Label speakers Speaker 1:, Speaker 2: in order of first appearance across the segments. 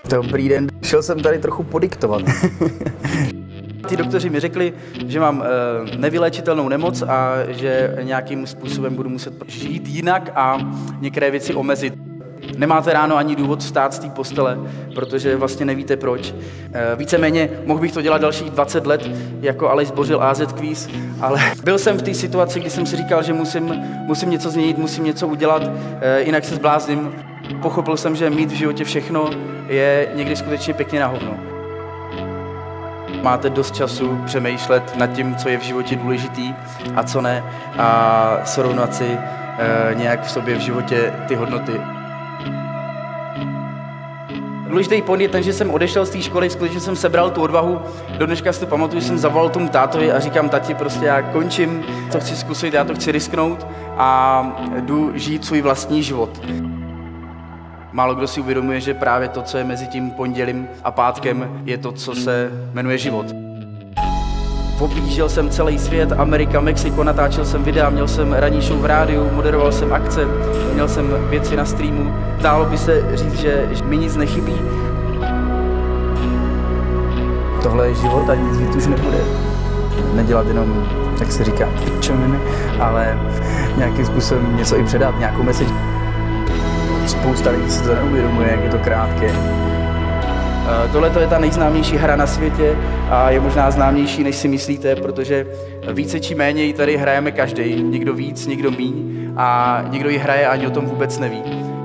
Speaker 1: Dobrý den, šel jsem tady trochu podiktovat.
Speaker 2: Ty doktoři mi řekli, že mám nevyléčitelnou nemoc a že nějakým způsobem budu muset žít jinak a některé věci omezit. Nemáte ráno ani důvod vstát z té postele, protože vlastně nevíte proč. Víceméně mohl bych to dělat dalších 20 let, jako Aleš Zbořil AZ Quiz, ale byl jsem v té situaci, kdy jsem si říkal, že musím něco změnit, musím něco udělat, jinak se zblázním. Pochopil jsem, že mít v životě všechno je někdy skutečně pěkně na hovno. Máte dost času přemýšlet nad tím, co je v životě důležitý a co ne, a srovnat si nějak v sobě v životě ty hodnoty. Důležitý point je ten, že jsem odešel z té školy, skutečně jsem sebral tu odvahu. Do dneška si to pamatuju, že jsem zavolal tomu tátovi a říkám: tati, prostě já končím, to chci zkusit, já to chci risknout a jdu žít svůj vlastní život. Málo kdo si uvědomuje, že právě to, co je mezi tím pondělím a pátkem, je to, co se jmenuje život. Objížděl jsem celý svět, Amerika, Mexiko, natáčel jsem videa, měl jsem ranní show v rádiu, moderoval jsem akce, měl jsem věci na streamu. Dálo by se říct, že mi nic nechybí.
Speaker 1: Tohle je život a nic víc už nebude. Nedělat jenom, jak se říká, pičoviny, ale nějakým způsobem něco i předat, nějakou message. Spousta lidí si to neuvědomuje, jak je to krátké.
Speaker 2: Tohle je ta nejznámější hra na světě a je možná známější, než si myslíte, protože více či méně ji tady hrajeme každý. Někdo víc, někdo míň a někdo ji hraje a ani o tom vůbec neví.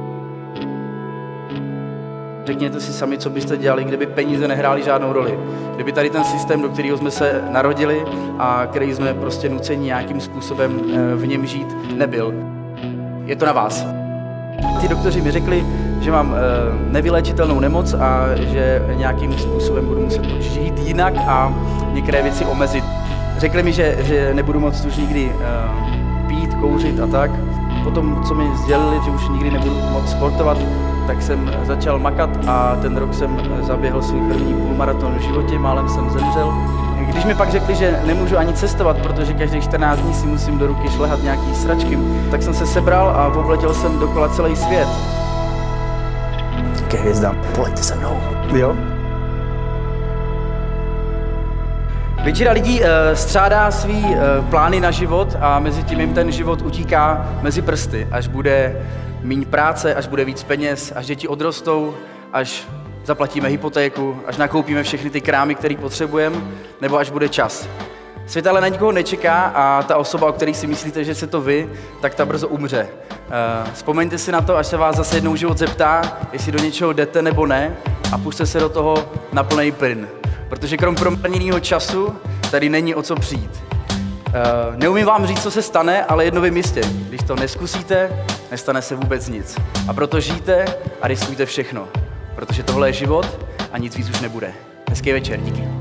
Speaker 2: Řekněte si sami, co byste dělali, kdyby peníze nehrály žádnou roli. Kdyby tady ten systém, do kterého jsme se narodili a který jsme prostě nuceni nějakým způsobem v něm žít, nebyl. Je to na vás. Ty doktoři mi řekli, že mám nevyléčitelnou nemoc a že nějakým způsobem budu muset žít jinak a některé věci omezit. Řekli mi, že nebudu moct už nikdy pít, kouřit a tak. Potom, co mi sdělili, že už nikdy nebudu moct sportovat, tak jsem začal makat a ten rok jsem zaběhl svůj první půlmaraton v životě, málem jsem zemřel. Když mi pak řekli, že nemůžu ani cestovat, protože každých 14 dní si musím do ruky šlehat nějaký sračky, tak jsem se sebral a obletěl jsem dokola celý svět.
Speaker 1: Ke hvězdám, pojďte se mnou. Jo?
Speaker 2: Většina lidí střádá svý plány na život a mezi tím jim ten život utíká mezi prsty, až bude míň práce, až bude víc peněz, až děti odrostou, až zaplatíme hypotéku, až nakoupíme všechny ty krámy, které potřebujeme, nebo až bude čas. Svět ale na nikoho nečeká a ta osoba, o které si myslíte, že jste to vy, tak ta brzo umře. Vzpomeňte si na to, až se vás zase jednou život zeptá, jestli do něčeho jdete nebo ne, a pusťte se do toho na plný plyn. Protože krom proměněného času tady není o co přijít. Neumím vám říct, co se stane, ale jedno vím jistě. Když to neskusíte, nestane se vůbec nic. A proto žijte a riskujte všechno. Protože tohle je život a nic víc už nebude. Hezký večer, díky.